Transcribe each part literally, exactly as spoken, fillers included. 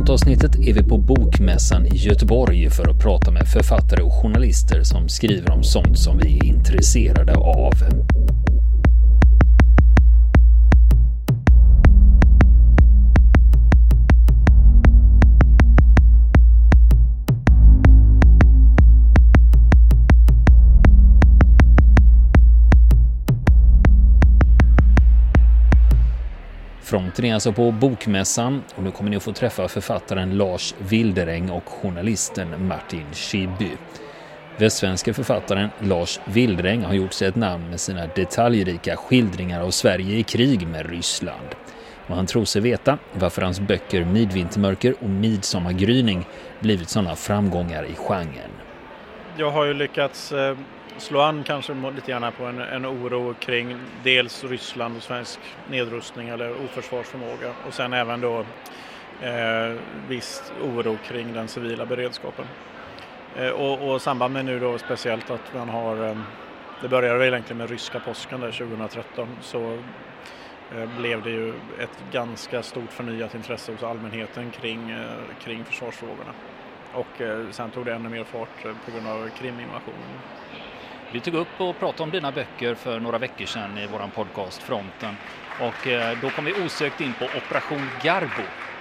frontavsnittet är vi på Bokmässan i Göteborg för att prata med författare och journalister som skriver om sånt som vi är intresserade av. Fronten är alltså på Bokmässan och nu kommer ni att få träffa författaren Lars Wildereng och journalisten Martin Schibbye. Västsvenska författaren Lars Wildereng har gjort sig ett namn med sina detaljrika skildringar av Sverige i krig med Ryssland. Och han tror sig veta varför hans böcker Midvintermörker och Midsommargryning blivit sådana framgångar i genren. Jag har ju lyckats eh, slå an kanske lite grann på en, en oro kring dels Ryssland och svensk nedrustning eller oförsvarsförmåga och sen även då eh, viss oro kring den civila beredskapen. Eh, och, och samband med nu då speciellt att man har, eh, det började väl egentligen med ryska påsken där tjugohundratretton, så eh, blev det ju ett ganska stort förnyat intresse hos allmänheten kring, eh, kring försvarsfrågorna. Och eh, sen tog det ännu mer fart eh, på grund av Kriminvasionen. Vi tog upp och pratade om dina böcker för några veckor sedan i våran podcast Fronten. Och eh, då kom vi osökt in på Operation Garbo.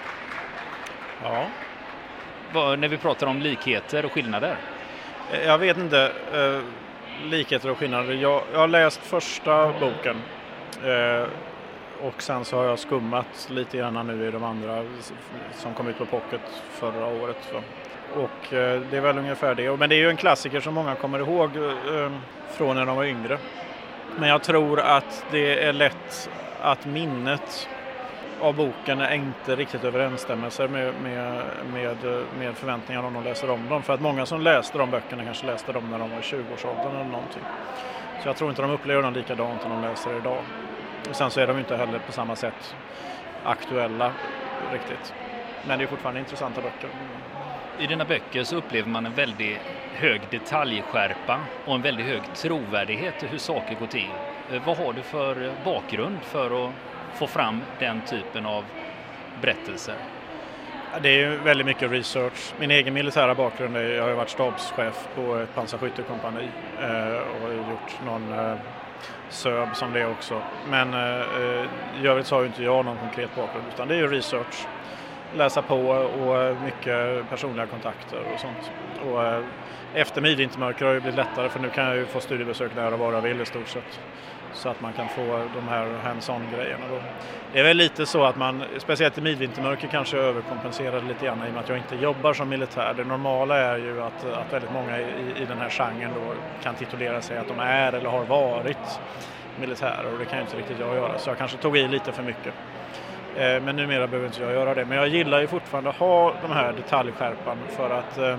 Ja. Var, när vi pratar om likheter och skillnader. Jag vet inte eh, likheter och skillnader. Jag, jag har läst första boken. Eh, och sen så har jag skummat lite grann nu i de andra som kom ut på Pocket förra året. Så. Och eh, det är väl ungefär det. Men det är ju en klassiker som många kommer ihåg eh, från när de var yngre. Men jag tror att det är lätt att minnet av boken är inte riktigt överensstämmelse med, med, med, med förväntningarna om de läser om dem. För att många som läste de böckerna kanske läste dem när de var i tjugoårsåldern eller någonting. Så jag tror inte de upplever dem likadant som de läser idag. Och sen så är de inte heller på samma sätt aktuella riktigt. Men det är fortfarande intressanta böcker. I dina böcker så upplever man en väldigt hög detaljskärpa och en väldigt hög trovärdighet i hur saker går till. Vad har du för bakgrund för att få fram den typen av berättelser? Det är ju väldigt mycket research. Min egen militära bakgrund är, jag har ju varit stabschef på ett pansarskyttekompani och har gjort någon söb som det också. Men i övrigt så har ju inte jag någon konkret bakgrund, utan det är ju research. Läsa på och mycket personliga kontakter och sånt. Och efter Midvintermörker har det blivit lättare, för nu kan jag ju få studiebesök där och vara vill i stort sett. Så att man kan få de här hands-on-grejerna då. Det är väl lite så att man, speciellt i Midvintermörker, kanske överkompenserar lite grann i och med att jag inte jobbar som militär. Det normala är ju att, att väldigt många i, i den här genren då kan titulera sig att de är eller har varit militärer, och det kan ju inte riktigt jag göra. Så jag kanske tog i lite för mycket. Men numera behöver inte jag göra det. Men jag gillar ju fortfarande att ha de här detaljskärpan, för att eh,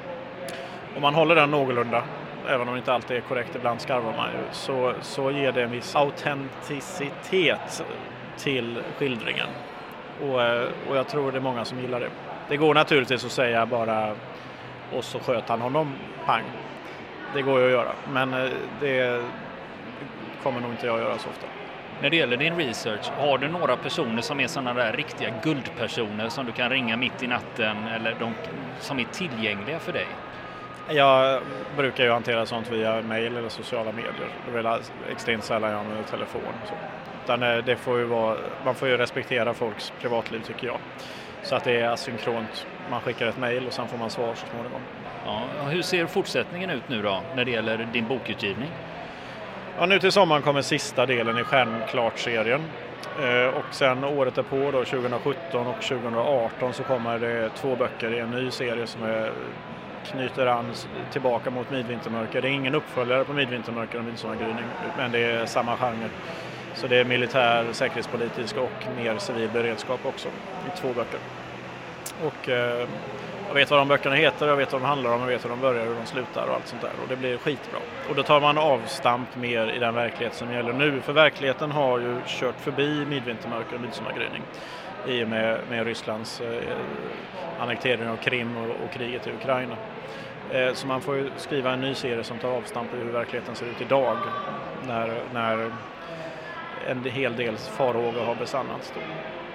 om man håller den någorlunda, även om det inte alltid är korrekt, ibland skarvar man ju, så, så ger det en viss autenticitet till skildringen. Och, och jag tror det är många som gillar det. Det går naturligtvis att säga bara och så sköt han honom, pang. Det går ju att göra, men det kommer nog inte jag att göra så ofta. När det gäller din research, har du några personer som är sådana där riktiga guldpersoner som du kan ringa mitt i natten, eller de som är tillgängliga för dig? Jag brukar ju hantera sånt via mail eller sociala medier. Det är väl extremt sällan jag med telefon. Så. Utan det får ju vara, man får ju respektera folks privatliv, tycker jag. Så att det är asynkront. Man skickar ett mail och sen får man svar så småningom. Ja, hur ser fortsättningen ut nu då när det gäller din bokutgivning? Ja, nu till sommaren kommer sista delen i Stjärnklart-serien. Eh, och sen året därpå då, tjugosjutton och tjugoarton, så kommer det två böcker i en ny serie som är, knyter an tillbaka mot Midvintermörker. Det är ingen uppföljare på Midvintermörker och Midsommargryning, men det är samma genre. Så det är militär, säkerhetspolitisk och mer civil beredskap också i två böcker. Och eh, jag vet vad de böckerna heter, jag vet vad de handlar om, jag vet hur de börjar och hur de slutar och allt sånt där. Och det blir skitbra. Och då tar man avstamp mer i den verklighet som gäller nu. För verkligheten har ju kört förbi Midvintermörker och Midsommargryning i och med, med Rysslands eh, annektering av Krim och, och kriget i Ukraina. Eh, så man får ju skriva en ny serie som tar avstamp i hur verkligheten ser ut idag. När, när en hel del farhågor har besannats då.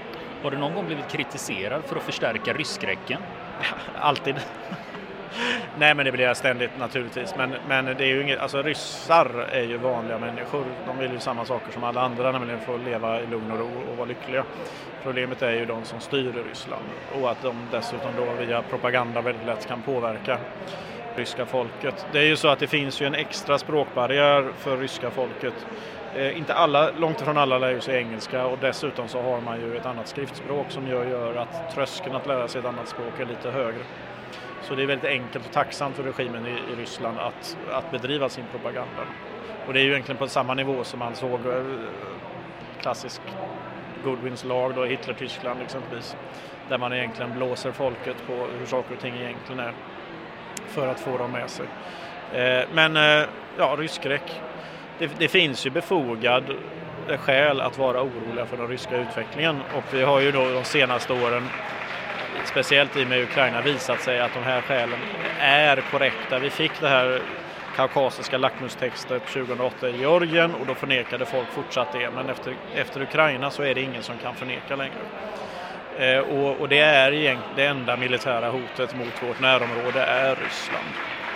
Har du någon gång blivit kritiserad för att förstärka rysskräcken? Alltid. Nej, men det blir jag ständigt naturligtvis. Men, men det är ju inget, alltså ryssar är ju vanliga människor. De vill ju samma saker som alla andra, nämligen få leva i lugn och ro och vara lyckliga. Problemet är ju de som styr i Ryssland och att de dessutom då via propaganda väldigt lätt kan påverka ryska folket. Det är ju så att det finns ju en extra språkbarriär för ryska folket. Eh, inte alla, långt ifrån alla lär ju sig engelska och dessutom så har man ju ett annat skriftspråk som gör, gör att tröskeln att lära sig ett annat språk är lite högre. Så det är väldigt enkelt och tacksamt för regimen i, i Ryssland att, att bedriva sin propaganda. Och det är ju egentligen på samma nivå som man såg eh, klassisk Godwins lag då i Hitler-Tyskland exempelvis. Där man egentligen blåser folket på hur saker och ting egentligen är för att få dem med sig. Eh, men eh, ja, rysskräck. Det, det finns ju befogad skäl att vara oroliga för den ryska utvecklingen. Och vi har ju då de senaste åren, speciellt i med Ukraina, visat sig att de här skälen är korrekta. Vi fick det här kaukasiska lackmustextet tjugohundraåtta i Georgien och då förnekade folk fortsatt det. Men efter, efter Ukraina så är det ingen som kan förneka längre. Eh, och, och det är egentligen det enda militära hotet mot vårt närområde är Ryssland.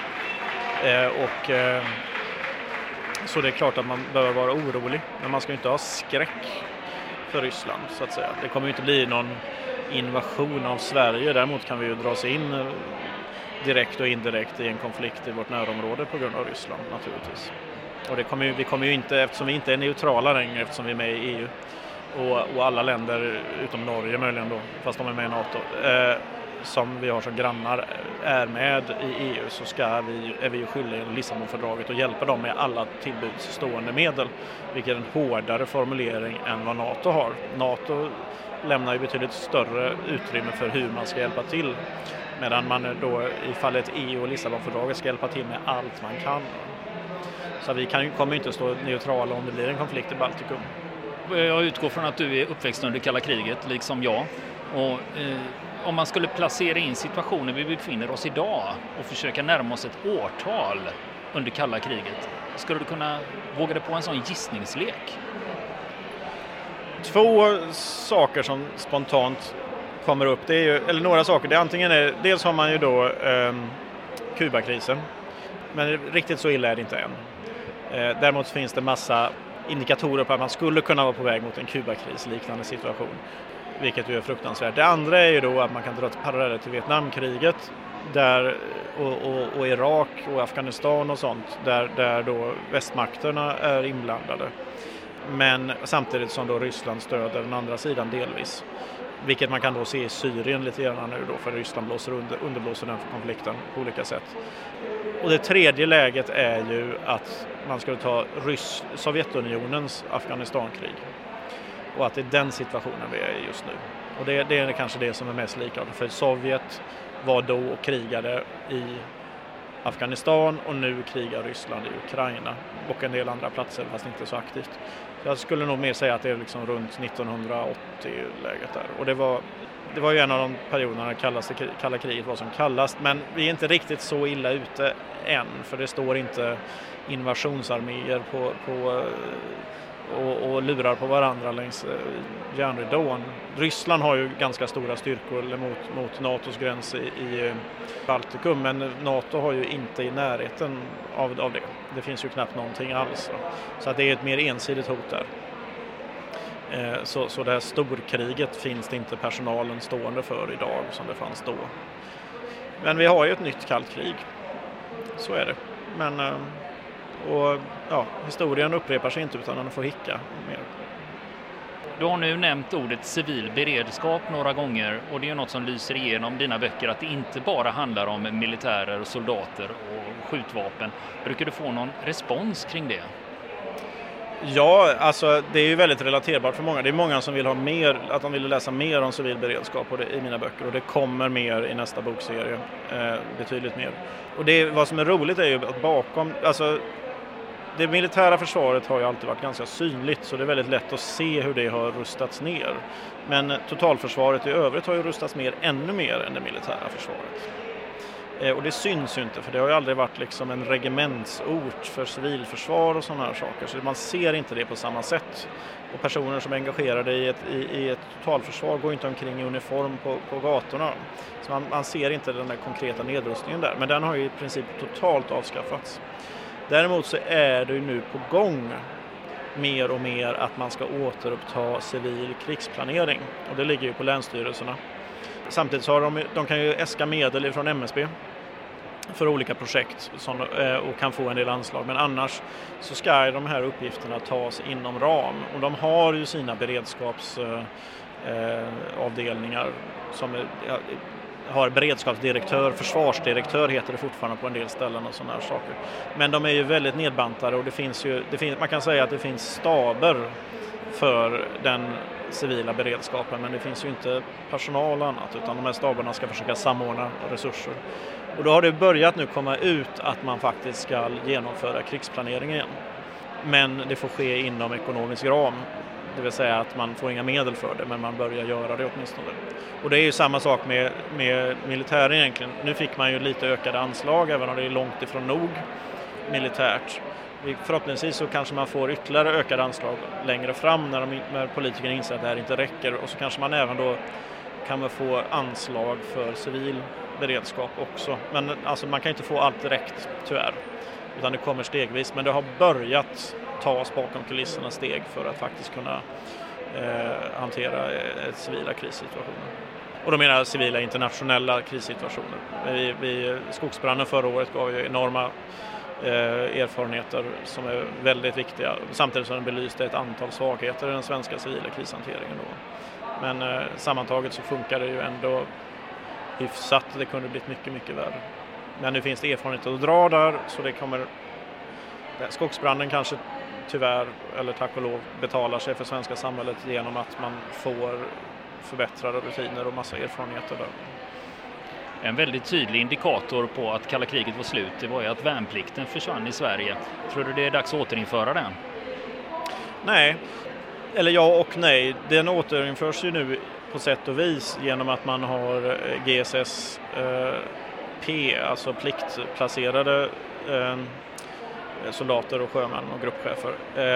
Eh, och eh, så det är klart att man bör vara orolig, men man ska inte ha skräck för Ryssland så att säga. Det kommer ju inte bli någon invasion av Sverige, däremot kan vi ju dras in direkt och indirekt i en konflikt i vårt närområde på grund av Ryssland naturligtvis. Och det kommer ju, vi kommer ju inte, eftersom vi inte är neutrala längre, eftersom vi är med i E U och, och alla länder utom Norge möjligen då, fast de är med i NATO, eh, som vi har som grannar är med i E U, så ska vi, är vi ju skyldiga i Lissabonfördraget att hjälpa dem med alla tillbudsstående medel, vilket är en hårdare formulering än vad NATO har. NATO lämnar ju betydligt större utrymme för hur man ska hjälpa till, medan man då i fallet E U och Lissabonfördraget ska hjälpa till med allt man kan. Så vi kan, kommer inte att stå neutrala om det blir en konflikt i Baltikum. Jag utgår från att du är uppväxt under kalla kriget, liksom jag. Och, eh, om man skulle placera in situationen vi befinner oss idag och försöka närma oss ett årtal under kalla kriget, skulle du kunna våga dig på en sån gissningslek? Två saker som spontant kommer upp, det är ju, eller några saker, det är antingen är, dels har man ju då eh, Kubakrisen, men riktigt så illa är det inte än. Eh, däremot finns det massa indikatorer på att man skulle kunna vara på väg mot en Kubakris liknande situation, vilket ju är fruktansvärt. Det andra är ju då att man kan dra paralleller till Vietnamkriget där, och, och, och Irak och Afghanistan och sånt, där, där då västmakterna är inblandade. Men samtidigt som då Ryssland stöder den andra sidan delvis. Vilket man kan då se i Syrien lite grann nu då, för Ryssland blåser under, underblåser den konflikten på olika sätt. Och det tredje läget är ju att man skulle ta Ryss, Sovjetunionens Afghanistankrig. Och att det är den situationen vi är i just nu. Och det, det är kanske det som är mest likartat. För Sovjet var då och krigade i Afghanistan och nu krigar Ryssland i Ukraina och en del andra platser, fast inte så aktivt. Jag skulle nog mer säga att det är liksom runt nittonhundraåttio-läget där. Och det var, det var ju en av de perioderna när kallaste, kalla kriget var som kallast. Men vi är inte riktigt så illa ute än, för det står inte invasionsarméer på, på, och, och lurar på varandra längs järnridån. Ryssland har ju ganska stora styrkor mot, mot NATOs gräns i, i Baltikum, men NATO har ju inte i närheten av, av det. Det finns ju knappt någonting alls. Så att det är ett mer ensidigt hot där. Eh, så, så det här storkriget finns det inte personalen stående för idag som det fanns då. Men vi har ju ett nytt kallt krig. Så är det. Men eh, och, ja, historien upprepar sig inte utan den får hicka mer. Du har nu nämnt ordet civil beredskap några gånger, och det är något som lyser igenom dina böcker, att det inte bara handlar om militärer och soldater och skjutvapen. Brukar du få någon respons kring det? Ja, alltså det är ju väldigt relaterbart för många. Det är många som vill ha mer, att de vill läsa mer om civil beredskap och det, i mina böcker, och det kommer mer i nästa bokserie, eh, betydligt mer. Och det, vad som är roligt är ju att bakom, alltså det militära försvaret har ju alltid varit ganska synligt, så det är väldigt lätt att se hur det har rustats ner. Men totalförsvaret i övrigt har ju rustats ner ännu mer än det militära försvaret. Och det syns ju inte, för det har ju aldrig varit liksom en regementsort för civilförsvar och sådana här saker. Så man ser inte det på samma sätt. Och personer som är engagerade i ett, i, i ett totalförsvar går inte omkring i uniform på, på gatorna. Så man, man ser inte den där konkreta nedrustningen där. Men den har ju i princip totalt avskaffats. Däremot så är det ju nu på gång mer och mer att man ska återuppta civil krigsplanering. Och det ligger ju på länsstyrelserna. Samtidigt så har de, de kan ju äska medel från M S B för olika projekt som, och kan få en del anslag. Men annars så ska de här uppgifterna tas inom ram. Och de har ju sina beredskapsavdelningar eh, som är, har beredskapsdirektör, försvarsdirektör heter det fortfarande på en del ställen och sådana här saker. Men de är ju väldigt nedbantade och det finns ju, det finns, man kan säga att det finns staber för den civila beredskapen, men det finns ju inte personal och annat, utan de här staberna ska försöka samordna resurser. Och då har det börjat nu komma ut att man faktiskt ska genomföra krigsplanering igen. Men det får ske inom ekonomisk ram, det vill säga att man får inga medel för det, men man börjar göra det åtminstone. Och det är ju samma sak med, med militären egentligen. Nu fick man ju lite ökade anslag, även om det är långt ifrån nog militärt. Förhoppningsvis så kanske man får ytterligare ökade anslag längre fram när, de, när politikerna inser att det här inte räcker. Och så kanske man även då kan man få anslag för civil beredskap också. Men alltså, man kan inte få allt direkt tyvärr, utan det kommer stegvis. Men det har börjat tas bakom kulisserna steg för att faktiskt kunna eh, hantera eh, civila krissituationer. Och då menar jag civila internationella krissituationer. Vi, vi, skogsbranden förra året gav ju enorma Eh, erfarenheter som är väldigt viktiga, samtidigt som den belyste ett antal svagheter i den svenska civila krishanteringen då. Men eh, sammantaget så funkar det ju ändå hyfsat. Det kunde blivit mycket, mycket värre. Men nu finns det erfarenheter att dra där, så det kommer skogsbranden kanske tyvärr, eller tack och lov, betalar sig för svenska samhället genom att man får förbättrade rutiner och massa erfarenheter där. En väldigt tydlig indikator på att kalla kriget var slut, det var ju att värnplikten försvann i Sverige. Tror du det är dags att återinföra den? Nej, eller ja och nej. Den återinförs ju nu på sätt och vis genom att man har G S S P, alltså pliktplacerade soldater och sjömän och gruppchefer.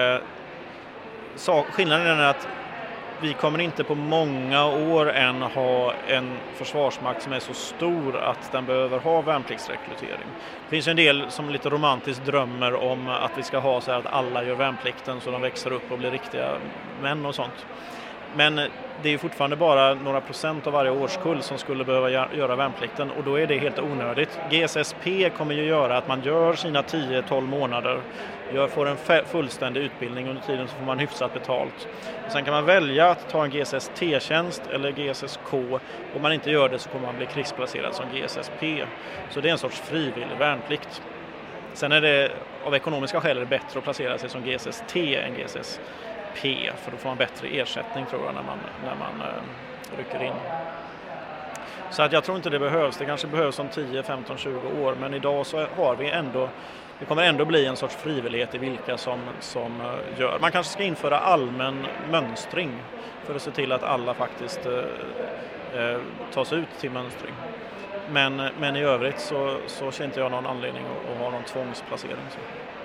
Så skillnaden är att vi kommer inte på många år än ha en försvarsmakt som är så stor att den behöver ha värnpliktsrekrytering. Det finns en del som lite romantiskt drömmer om att vi ska ha så här att alla gör värnplikten så de växer upp och blir riktiga män och sånt. Men det är fortfarande bara några procent av varje årskull som skulle behöva göra värnplikten, och då är det helt onödigt. G S S P kommer ju göra att man gör sina tio till tolv månader, gör, får en fullständig utbildning, under tiden så får man hyfsat betalt. Och sen kan man välja att ta en G S S T-tjänst eller G S S K. Om man inte gör det så kommer man bli krigsplacerad som G S S P. Så det är en sorts frivillig värnplikt. Sen är det av ekonomiska skäl är det bättre att placera sig som G S S T än G S S P, för då får man bättre ersättning tror jag när man, när man äh, rycker in. Så att jag tror inte det behövs. Det kanske behövs om tio, femton, tjugo år, men idag så har vi ändå, det kommer ändå bli en sorts frivillighet i vilka som, som gör. Man kanske ska införa allmän mönstring för att se till att alla faktiskt äh, äh, tas ut till mönstring. Men, men i övrigt så, så känner inte jag någon anledning att, att ha någon tvångsplacering. Så.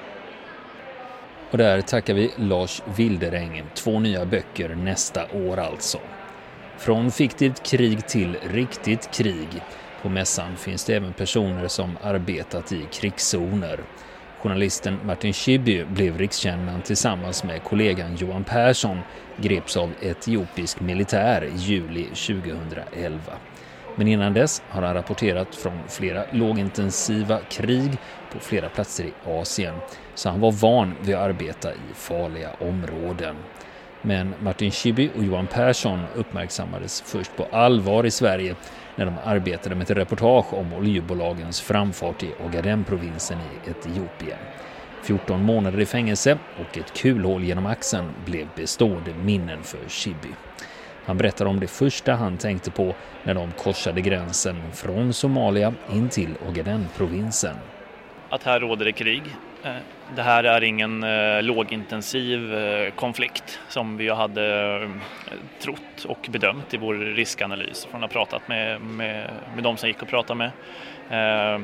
Och där tackar vi Lars Wildereng, två nya böcker nästa år alltså. Från fiktivt krig till riktigt krig. På mässan finns det även personer som arbetat i krigszoner. Journalisten Martin Schibbye blev rikskänd när han tillsammans med kollegan Johan Persson greps av etiopisk militär i juli tjugohundraelva. Men innan dess har han rapporterat från flera lågintensiva krig på flera platser i Asien, så han var van vid att arbeta i farliga områden. Men Martin Schibbye och Johan Persson uppmärksammades först på allvar i Sverige när de arbetade med ett reportage om oljebolagens framfart i Ogaden-provinsen i Etiopien. fjorton månader i fängelse och ett kulhål genom axeln blev bestående minnen för Schibbye. Han berättar om det första han tänkte på när de korsade gränsen från Somalia in till Ogaden-provinsen. Att här råder det krig. det här är ingen eh, lågintensiv eh, konflikt som vi hade eh, trott och bedömt i vår riskanalys från att ha pratat med, med, med de som gick och pratade med. Eh,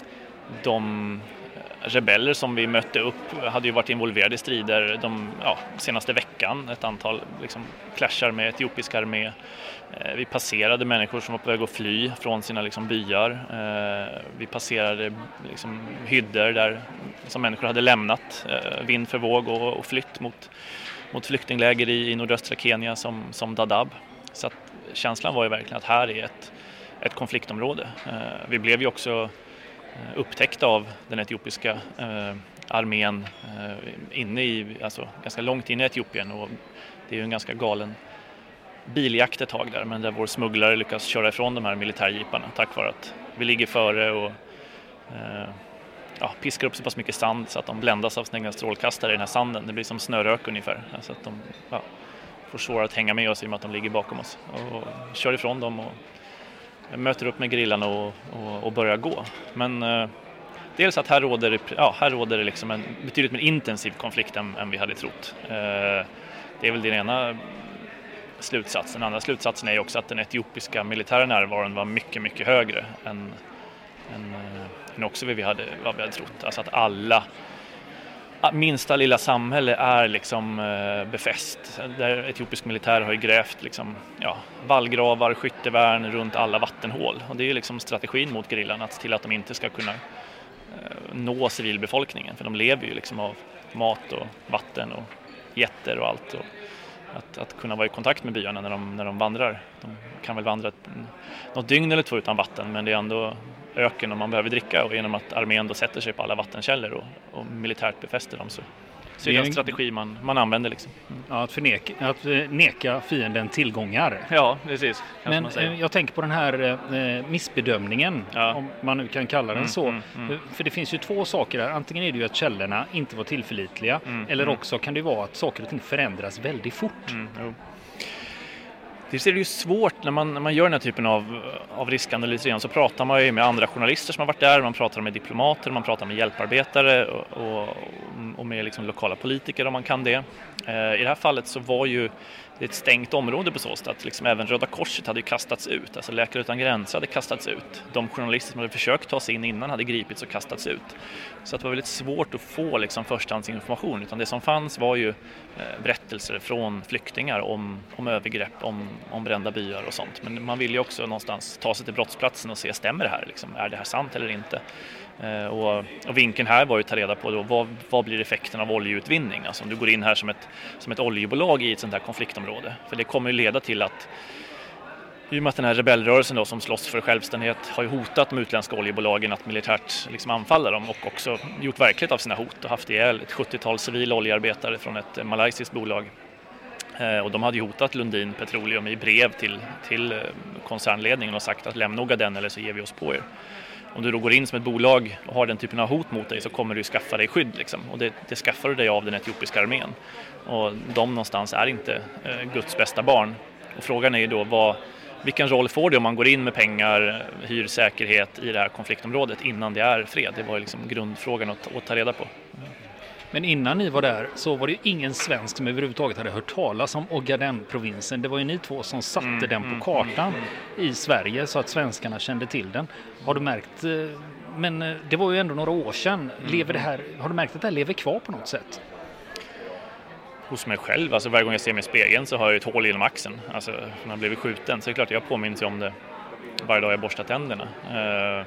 de rebeller som vi mötte upp hade ju varit involverade i strider de ja, senaste veckan, ett antal liksom, clashar med etiopisk armé. Eh, vi passerade människor som var på väg att fly från sina liksom, byar. Eh, vi passerade liksom, hyddor där som människor hade lämnat eh, vind för våg och, och flytt mot, mot flyktingläger i, i nordöstra Kenya som, som Dadaab. Så att känslan var ju verkligen att här är ett, ett konfliktområde. Eh, vi blev ju också upptäckt av den etiopiska eh, armén eh, inne i, alltså ganska långt inne i Etiopien, och det är ju en ganska galen biljakt ett tag där, men där vår smugglare lyckas köra ifrån de här militärjeeparna tack vare att vi ligger före och eh, ja, piskar upp så pass mycket sand så att de bländas av sina egna strålkastare i den här sanden. Det blir som snörök ungefär, alltså att de ja, får svårare att hänga med oss i och med att de ligger bakom oss, och kör ifrån dem och möter upp med grillarna och, och, och börjar gå. Men eh, dels att här råder, ja, här råder det liksom en betydligt mer intensiv konflikt än, än vi hade trott. Eh, det är väl den ena slutsatsen. Den andra slutsatsen är också att den etiopiska militära närvaron var mycket, mycket högre än, än, än också vad vi hade, vad vi hade trott. Alltså att alla minsta lilla samhälle är liksom eh, befäst. Där etiopisk militär har ju grävt liksom, ja, vallgravar, skyttevärn runt alla vattenhål. Och det är liksom strategin mot gerillarna, att till att de inte ska kunna eh, nå civilbefolkningen. För de lever ju liksom av mat och vatten och getter och allt. Och att, att kunna vara i kontakt med byarna när de, när de vandrar. De kan väl vandra ett, något dygn eller två utan vatten, men det är ändå öken och man behöver dricka, och genom att armén då sätter sig på alla vattenkällor och, och militärt befäster dem, så, så är det en strategi man, man använder liksom. Mm. Ja, att, förneka, att neka fienden tillgångar. Ja, precis. Men jag tänker på den här eh, missbedömningen, ja. Om man nu kan kalla den mm, så. Mm, mm. För det finns ju två saker där. Antingen är det ju att källorna inte var tillförlitliga, mm, eller mm. också kan det vara att saker och ting förändras väldigt fort. Mm, jo. Det är ju svårt när man, när man gör den här typen av, av riskanalyser, så pratar man ju med andra journalister som har varit där, man pratar med diplomater, man pratar med hjälparbetare och, och, och med liksom lokala politiker om man kan det. Eh, I det här fallet så var ju det ett stängt område på så sätt att liksom även Röda Korset hade kastats ut, alltså Läkare utan gränser hade kastats ut. De journalister som hade försökt ta sig in innan hade gripits och kastats ut. Så det var väldigt svårt att få liksom förstahandsinformation, utan det som fanns var ju eh, berättelser från flyktingar om, om övergrepp, om, om brända byar och sånt. Men man vill ju också någonstans ta sig till brottsplatsen och se, stämmer det här? Liksom? Är det här sant eller inte? Eh, och, och vinkeln här var ju att ta reda på då, vad, vad blir effekten av oljeutvinning? Alltså om du går in här som ett, som ett oljebolag i ett sånt här konfliktområde. För det kommer ju leda till att, i och med att den här rebellrörelsen då, som slåss för självständighet har ju hotat de utländska oljebolagen att militärt liksom anfalla dem, och också gjort verklighet av sina hot och haft ihjäl ett sjuttiotal civila oljearbetare från ett malaysiskt bolag. Eh, och de hade ju hotat Lundin Petroleum i brev till, till koncernledningen och sagt att lämna Ogaden eller så ger vi oss på er. Om du då går in som ett bolag och har den typen av hot mot dig, så kommer du skaffa dig skydd liksom. Och det, det skaffar du dig av den etiopiska armén. Och de någonstans är inte eh, Guds bästa barn. Och frågan är ju då, vad, vilken roll får det om man går in med pengar, hyr säkerhet i det här konfliktområdet innan det är fred? Det var liksom grundfrågan att, att ta reda på. Men innan ni var där så var det ju ingen svensk som överhuvudtaget hade hört talas om Ogaden-provinsen. Det var ju ni två som satte mm, den på mm, kartan mm. i Sverige så att svenskarna kände till den. Har du märkt, men det var ju ändå några år sedan, lever det här, har du märkt att det här lever kvar på något sätt? Hos mig själv, alltså varje gång jag ser mig i spegeln så har jag ett hål genom axeln. Alltså när jag blivit skjuten, så är det klart jag påminns om det varje dag jag borstar tänderna. Uh,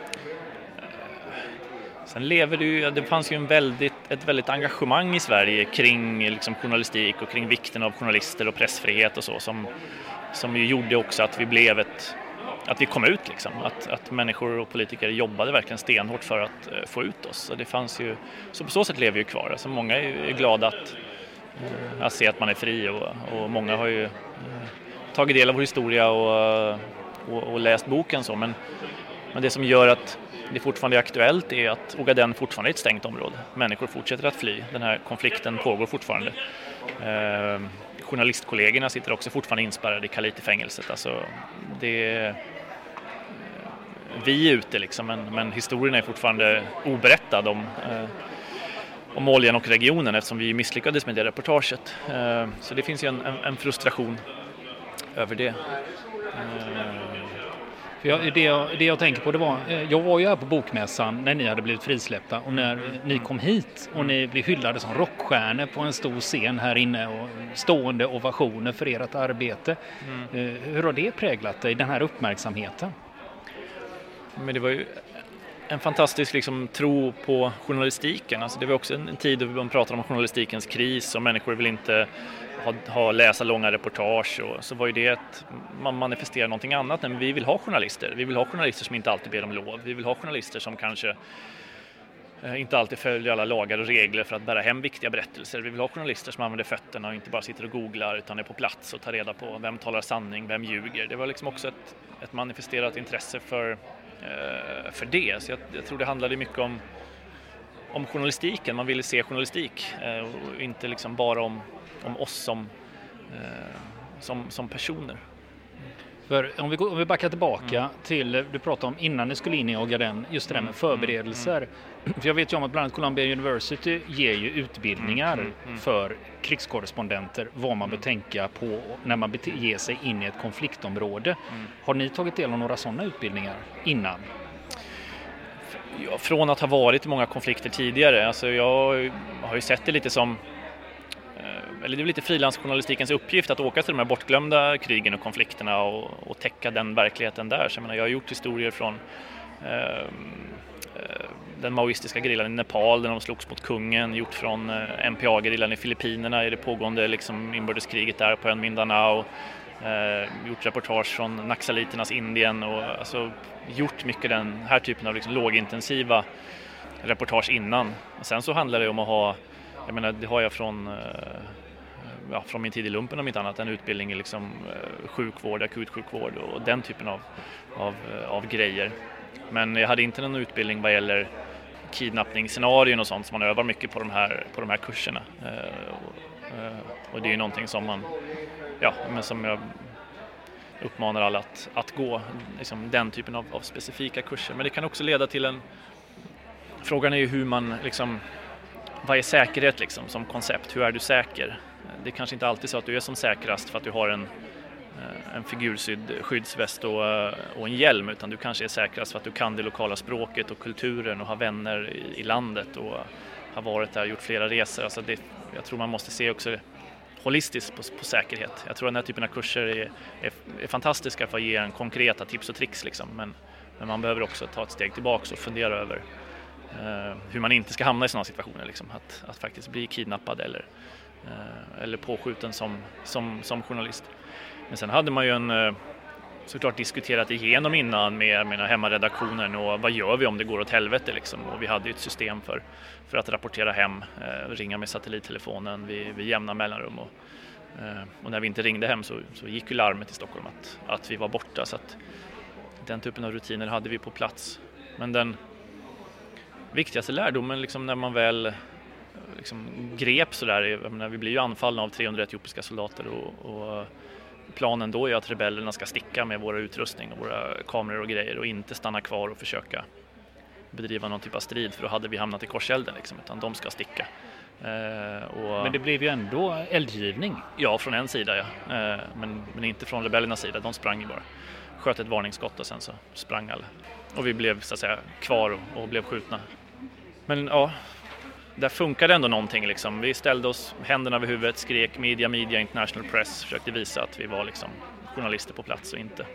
Sen lever det ju, det fanns ju en väldigt, ett väldigt engagemang i Sverige kring liksom journalistik och kring vikten av journalister och pressfrihet och så, som, som ju gjorde också att vi blev ett, att vi kom ut liksom, att, att människor och politiker jobbade verkligen stenhårt för att uh, få ut oss. Och det fanns ju, så på så sätt lever ju kvar. Alltså många är ju glada att, uh, att se att man är fri, och, och många har ju uh, tagit del av vår historia och, och, och läst boken så, men, men det som gör att det fortfarande är aktuellt är att Ogaden fortfarande är ett stängt område. Människor fortsätter att fly. Den här konflikten pågår fortfarande. Eh, journalistkollegorna sitter också fortfarande inspärrade i Kaliti-fängelset. Alltså, det, vi är ute liksom, men, men historien är fortfarande oberättad om, eh, om oljan och regionen eftersom vi misslyckades med det reportaget. Eh, så det finns ju en, en, en frustration över det. För jag, det, jag, det jag tänker på det var, jag var ju här på Bokmässan när ni hade blivit frisläppta och när ni kom hit och ni blev hyllade som rockstjärnor på en stor scen här inne och stående ovationer för ert arbete. Mm. Hur har det präglat dig, den här uppmärksamheten? Men det var ju en fantastisk liksom, tro på journalistiken. Alltså, det var också en, en tid då man pratar om journalistikens kris och människor vill inte ha, ha läsa långa reportage. Och så var ju det att man manifesterar någonting annat. Men vi vill ha journalister. Vi vill ha journalister som inte alltid ber om lov. Vi vill ha journalister som kanske eh, inte alltid följer alla lagar och regler för att bära hem viktiga berättelser. Vi vill ha journalister som använder fötterna och inte bara sitter och googlar utan är på plats och tar reda på vem talar sanning, vem ljuger. Det var liksom också ett, ett manifesterat intresse för för det. Så jag, jag tror det handlade mycket om, om journalistiken. Man ville se journalistik eh, och inte liksom bara om, om oss som, eh, som, som personer. För om vi, går, om vi backar tillbaka mm. till, du pratade om innan ni skulle in i Ogaden, just det där med förberedelser. Mm. Mm. För jag vet ju om att bland annat Columbia University ger ju utbildningar mm. Mm. för krigskorrespondenter, vad man bör tänka på när man ger sig in i ett konfliktområde. Mm. Har ni tagit del av några sådana utbildningar innan? Ja, från att ha varit i många konflikter tidigare. Alltså jag har ju sett det lite som eller det är lite frilansjournalistikens uppgift att åka till de här bortglömda krigen och konflikterna och, och täcka den verkligheten där. Så jag menar, jag har gjort historier från eh, den maoistiska gerillan i Nepal där de slogs mot kungen, gjort från eh, M P A-gerillan i Filippinerna i det pågående liksom, inbördeskriget där på ön Mindanao, eh, gjort reportage från naxaliternas Indien och alltså, gjort mycket den här typen av liksom, lågintensiva reportage innan. Och sen så handlar det om att ha, jag menar, det har jag från eh, Ja, från min tid i lumpen om inte annat, en utbildning i liksom, eh, sjukvård, akutsjukvård och den typen av, av, av grejer. Men jag hade inte någon utbildning vad gäller kidnappningsscenarion och sånt som man övar mycket på de här, på de här kurserna. Eh, och, eh, och det är ju någonting som man, ja, men som jag uppmanar alla att, att gå, liksom den typen av, av specifika kurser. Men det kan också leda till en, frågan är ju hur man liksom, vad är säkerhet liksom, som koncept, hur är du säker? Det är kanske inte alltid så att du är som säkrast för att du har en, en figursydd skyddsväst och, och en hjälm, utan du kanske är säkrast för att du kan det lokala språket och kulturen och har vänner i, i landet och har varit där och gjort flera resor. Alltså det, jag tror man måste se också holistiskt på, på säkerhet. Jag tror att den här typen av kurser är, är, är fantastiska för att ge en konkreta tips och tricks. Liksom. Men, men man behöver också ta ett steg tillbaka och fundera över eh, hur man inte ska hamna i sådana situationer. Liksom. Att, att faktiskt bli kidnappad eller eller påskjuten som, som, som journalist. Men sen hade man ju en, såklart diskuterat igenom innan med mina hemmaredaktionen och vad gör vi om det går åt helvete liksom. Och vi hade ju ett system för, för att rapportera hem, eh, ringa med satellittelefonen vid, vid jämna mellanrum och, eh, och när vi inte ringde hem så, så gick ju larmet i Stockholm att, att vi var borta, så att den typen av rutiner hade vi på plats. Men den viktigaste lärdomen liksom när man väl liksom grep så där, vi blir ju anfallna av trehundra etiopiska soldater och, och planen då är att rebellerna ska sticka med våra utrustning och våra kameror och grejer och inte stanna kvar och försöka bedriva någon typ av strid, för då hade vi hamnat i korselden liksom, utan de ska sticka. Eh, och, men det blev ju ändå eldgivning. Ja, från en sida ja, eh, men, men inte från rebellernas sida, de sprang ju bara. Sköt ett varningsskott och sen så sprang alla. Och vi blev så att säga kvar och, och blev skjutna. Men ja, där funkade ändå någonting liksom. Vi ställde oss händerna över huvudet, skrek media, media, international press, försökte visa att vi var liksom journalister på plats och inte,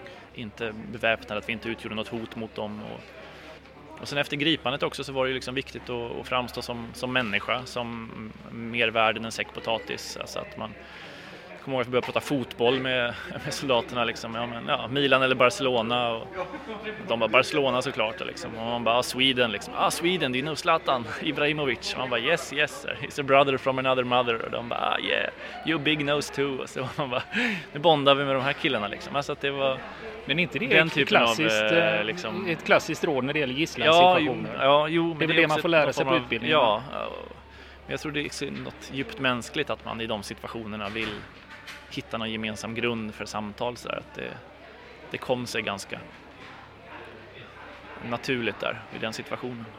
inte beväpnade, att vi inte utgjorde något hot mot dem. Och, och sen efter gripandet också så var det liksom viktigt att, att framstå som, som människa, som mer värd än en säck potatis. Alltså att man kommer ihåg att vi började prata fotboll med, med soldaterna liksom, ja, men, ja, Milan eller Barcelona, och de bara Barcelona såklart liksom, och man bara ah, Sweden liksom, ah Sweden, do you know Zlatan Ibrahimovic? Och man bara yes yes sir, he's a brother from another mother, och de bara ah, yeah, you big nose too, och så man bara nu bondar vi med de här killarna liksom, alltså att det var. Men inte det den ett klassiskt av, eh, liksom, ett klassiskt råd när det gäller gisslansituationer? Ja, ja, jo, men det är väl det, det man får lära sig på utbildningen. Ja, men jag tror det är något djupt mänskligt att man i de situationerna vill hitta någon gemensam grund för samtal, så där, att det, det kom sig ganska naturligt där i den situationen.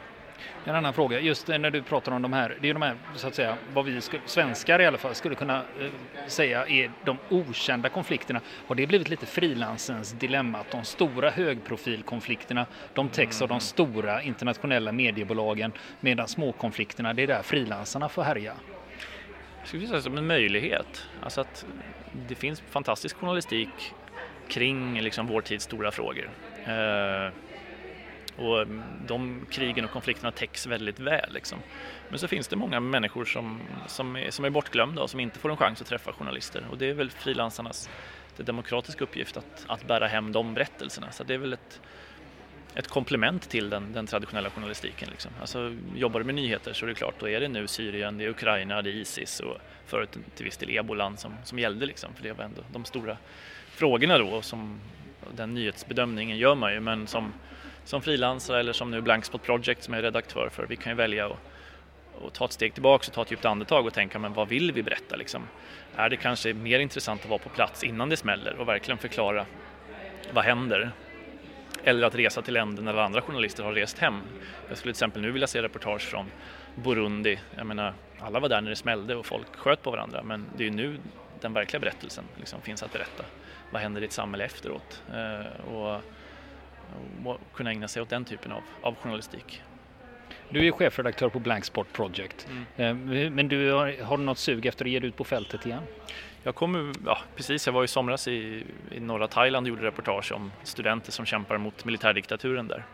En annan fråga, just när du pratar om de här, det är de här så att säga, vad vi skulle, svenskar i alla fall skulle kunna eh, säga är de okända konflikterna. Har det blivit lite frilansens dilemma att de stora högprofilkonflikterna, de täcks av de stora internationella mediebolagen, medan småkonflikterna, det är där frilansarna får härja? Jag skulle säga som en möjlighet. Alltså att det finns fantastisk journalistik kring liksom vår tids stora frågor. Eh, och de krigen och konflikterna täcks väldigt väl. Liksom. Men så finns det många människor som, som, är, som är bortglömda och som inte får en chans att träffa journalister. Och det är väl frilansarnas det demokratiska uppgift att, att bära hem de berättelserna. Så det är väl ett, ett komplement till den, den traditionella journalistiken. Liksom. Alltså, jobbar du med nyheter så är det klart, då är det nu Syrien, det är Ukraina, det är ISIS och förut till viss del Ebolan som, som gällde. Liksom, för det var ändå de stora frågorna då, som den nyhetsbedömningen gör man ju, men som, som frilansare eller som nu Blankspot Project som jag är redaktör för, vi kan ju välja att och ta ett steg tillbaka och ta ett djupt andetag och tänka, men vad vill vi berätta liksom? Är det kanske mer intressant att vara på plats innan det smäller och verkligen förklara vad händer? Eller att resa till länder när andra journalister har rest hem. Jag skulle till exempel nu vilja se reportage från Burundi. Jag menar, alla var där när det smällde och folk sköt på varandra, men det är ju nu den verkliga berättelsen liksom finns att berätta. Vad händer i ett samhälle efteråt? Eh, och, och kunna ägna sig åt den typen av, av journalistik. Du är chefredaktör på Blankspot Project. Mm. Men du har, har du något sug efter att ge dig ut på fältet igen? Jag kom, ja, precis, jag var i somras i, i norra Thailand och gjorde reportage om studenter som kämpar mot militärdiktaturen där.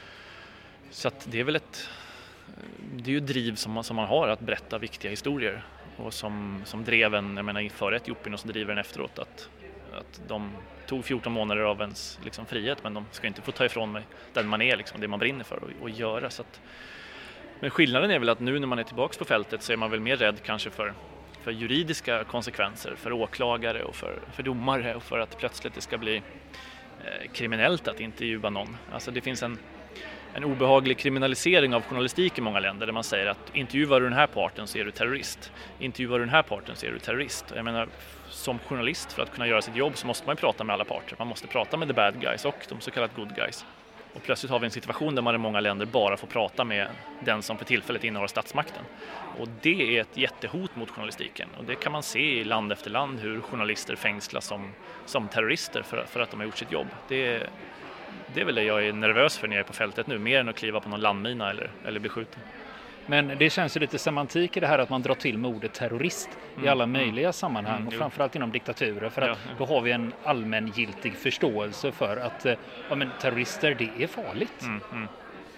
Så att det är väl ett, det är ju driv som man, som man har att berätta viktiga historier och som, som drev en, jag menar före Etiopien och som driver en efteråt att, att de tog fjorton månader av ens liksom, frihet, men de ska inte få ta ifrån mig den man är, liksom, det man brinner för och, och göra. Så att, men skillnaden är väl att nu när man är tillbaka på fältet så är man väl mer rädd kanske för för juridiska konsekvenser, för åklagare och för, för domare och för att plötsligt det ska bli eh, kriminellt att intervjua någon. Alltså det finns en, en obehaglig kriminalisering av journalistik i många länder där man säger att intervjuar du den här parten så är du terrorist. Intervjuar du den här parten så är du terrorist. Och jag menar, som journalist för att kunna göra sitt jobb så måste man ju prata med alla parter. Man måste prata med the bad guys och de så kallade good guys. Och plötsligt har vi en situation där man i många länder bara får prata med den som för tillfället innehar statsmakten. Och det är ett jättehot mot journalistiken. Och det kan man se i land efter land hur journalister fängslas som, som terrorister för, för att de har gjort sitt jobb. Det, det är väl det jag är nervös för när jag är på fältet nu, mer än att kliva på någon landmina eller, eller bli skjuten. Men det känns ju lite semantik i det här att man drar till med ordet terrorist mm, i alla möjliga mm, sammanhang mm, och framförallt inom diktaturer, för att ja, ja. Då har vi en allmängiltig förståelse för att ja, men terrorister, det är farligt. Mm, mm.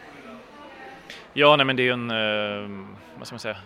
Ja, nej, men det är ju en, eh, vad ska man säga,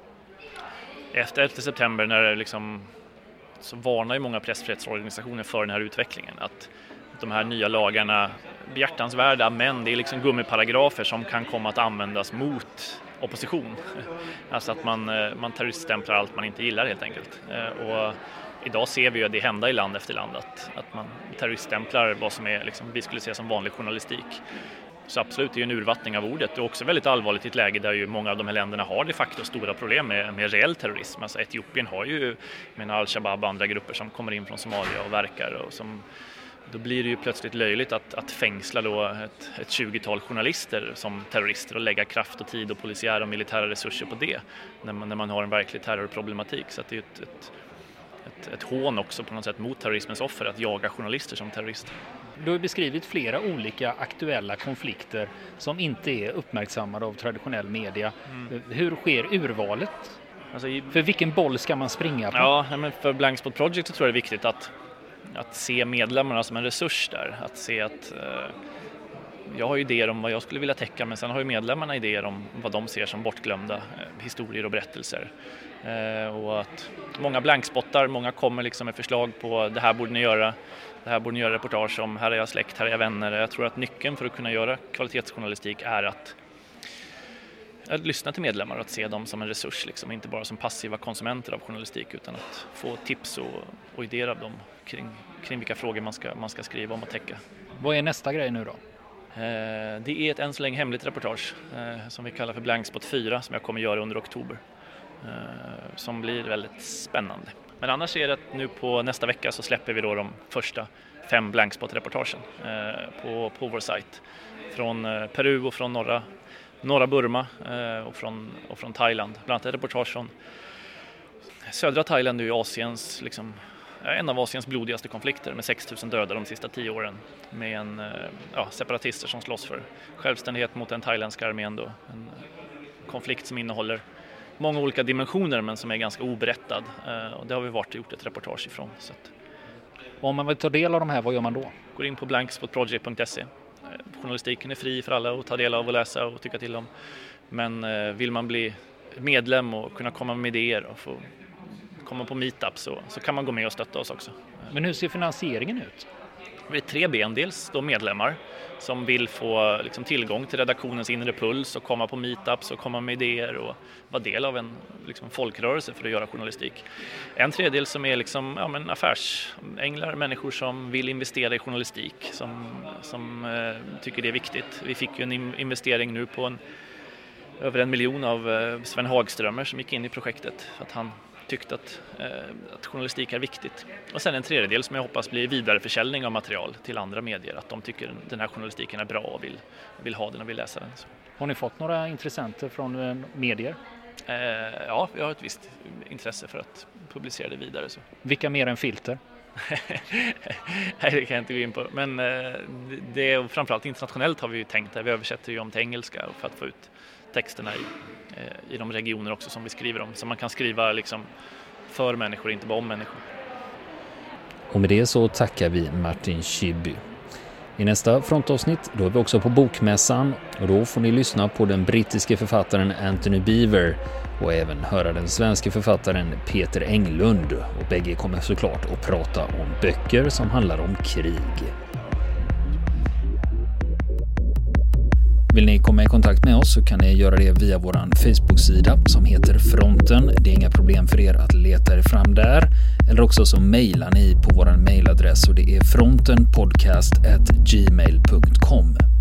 efter elfte september när det liksom, så varnar ju många pressfrihetsorganisationer för den här utvecklingen, att de här nya lagarna behjärtansvärda, men det är liksom gummiparagrafer som kan komma att användas mot opposition. Alltså att man, man terroriststämplar allt man inte gillar helt enkelt. Och idag ser vi ju det hända i land efter land att, att man terroriststämplar vad som är, liksom, vi skulle se som vanlig journalistik. Så absolut, det är ju en urvattning av ordet. Det är också väldigt allvarligt i ett läge där ju många av de här länderna har de facto stora problem med, med reell terrorism. Alltså Etiopien har ju menar, Al-Shabaab och andra grupper som kommer in från Somalia och verkar och som då blir det ju plötsligt löjligt att, att fängsla då ett, ett tjugotal journalister som terrorister och lägga kraft och tid och polisiära och militära resurser på det när man, när man har en verklig terrorproblematik. Så att det är ett, ett, ett, ett hån också på något sätt mot terrorismens offer att jaga journalister som terrorister. Du har beskrivit flera olika aktuella konflikter som inte är uppmärksammade av traditionell media. Mm. Hur sker urvalet? Alltså i... För vilken boll ska man springa på? Ja, men för Blankspot Project så tror jag det är viktigt att att se medlemmarna som en resurs där, att se att eh, jag har idéer om vad jag skulle vilja täcka, men sen har ju medlemmarna idéer om vad de ser som bortglömda eh, historier och berättelser. Eh, och att många blankspottar, många kommer liksom med förslag på det här borde ni göra, det här borde ni göra reportage om, här är jag släkt, här är jag vänner. Jag tror att nyckeln för att kunna göra kvalitetsjournalistik är att att lyssna till medlemmar och att se dem som en resurs, liksom, inte bara som passiva konsumenter av journalistik utan att få tips och, och idéer av dem kring, kring vilka frågor man ska, man ska skriva om och täcka. Vad är nästa grej nu då? Eh, det är ett än så länge hemligt reportage eh, som vi kallar för Blankspot fyra som jag kommer göra under oktober eh, som blir väldigt spännande. Men annars är det att nu på nästa vecka så släpper vi då de första fem Blankspot-reportagen eh, på, på vår sajt från eh, Peru och från norra norra Burma eh, och, från, och från Thailand. Bland annat ett reportage från södra Thailand är ju Asiens, liksom, en av Asiens blodigaste konflikter med sex tusen döda de sista tio åren. Med en, ja, separatister som slåss för självständighet mot den thailändska armén då. En konflikt som innehåller många olika dimensioner men som är ganska oberättad. Och det har vi varit och gjort ett reportage ifrån. Så att... Om man vill ta del av de här, vad gör man då? Går in på blankspotproject punkt se. Journalistiken är fri för alla att ta del av och läsa och tycka till om. Men vill man bli medlem och kunna komma med idéer och få komma på meetup så, så kan man gå med och stötta oss också. Men hur ser finansieringen ut? Det är tre ben, dels då medlemmar som vill få liksom, tillgång till redaktionens inre puls och komma på meetups och komma med idéer och vara del av en liksom, folkrörelse för att göra journalistik. En tredjedel som är liksom, ja, men affärsänglar, människor som vill investera i journalistik, som, som eh, tycker det är viktigt. Vi fick ju en investering nu på en, över en miljon av eh, Sven Hagströmer som gick in i projektet för att han tyckte att, eh, att journalistik är viktigt. Och sen en tredjedel som jag hoppas blir vidareförsäljning av material till andra medier. Att de tycker den här journalistiken är bra och vill, vill ha den och vill läsa den. Så. Har ni fått några intressenter från eh, medier? Eh, ja, vi har ett visst intresse för att publicera det vidare. Så. Vilka mer än Filter? Nej, det kan jag inte gå in på. Men eh, det är framförallt internationellt har vi ju tänkt det. Vi översätter ju om till engelska för att få ut texterna i, i de regioner också som vi skriver om. Så man kan skriva liksom för människor, inte bara om människor. Och med det så tackar vi Martin Schibbye. I nästa frontavsnitt då är vi också på Bokmässan och då får ni lyssna på den brittiske författaren Anthony Beevor och även höra den svenska författaren Peter Englund. Och bägge kommer såklart att prata om böcker som handlar om krig. Vill ni komma i kontakt med oss så kan ni göra det via vår Facebook-sida som heter Fronten. Det är inga problem för er att leta er fram där. Eller också så mejlar ni på vår mejladress och det är frontenpodcast at gmail punkt com.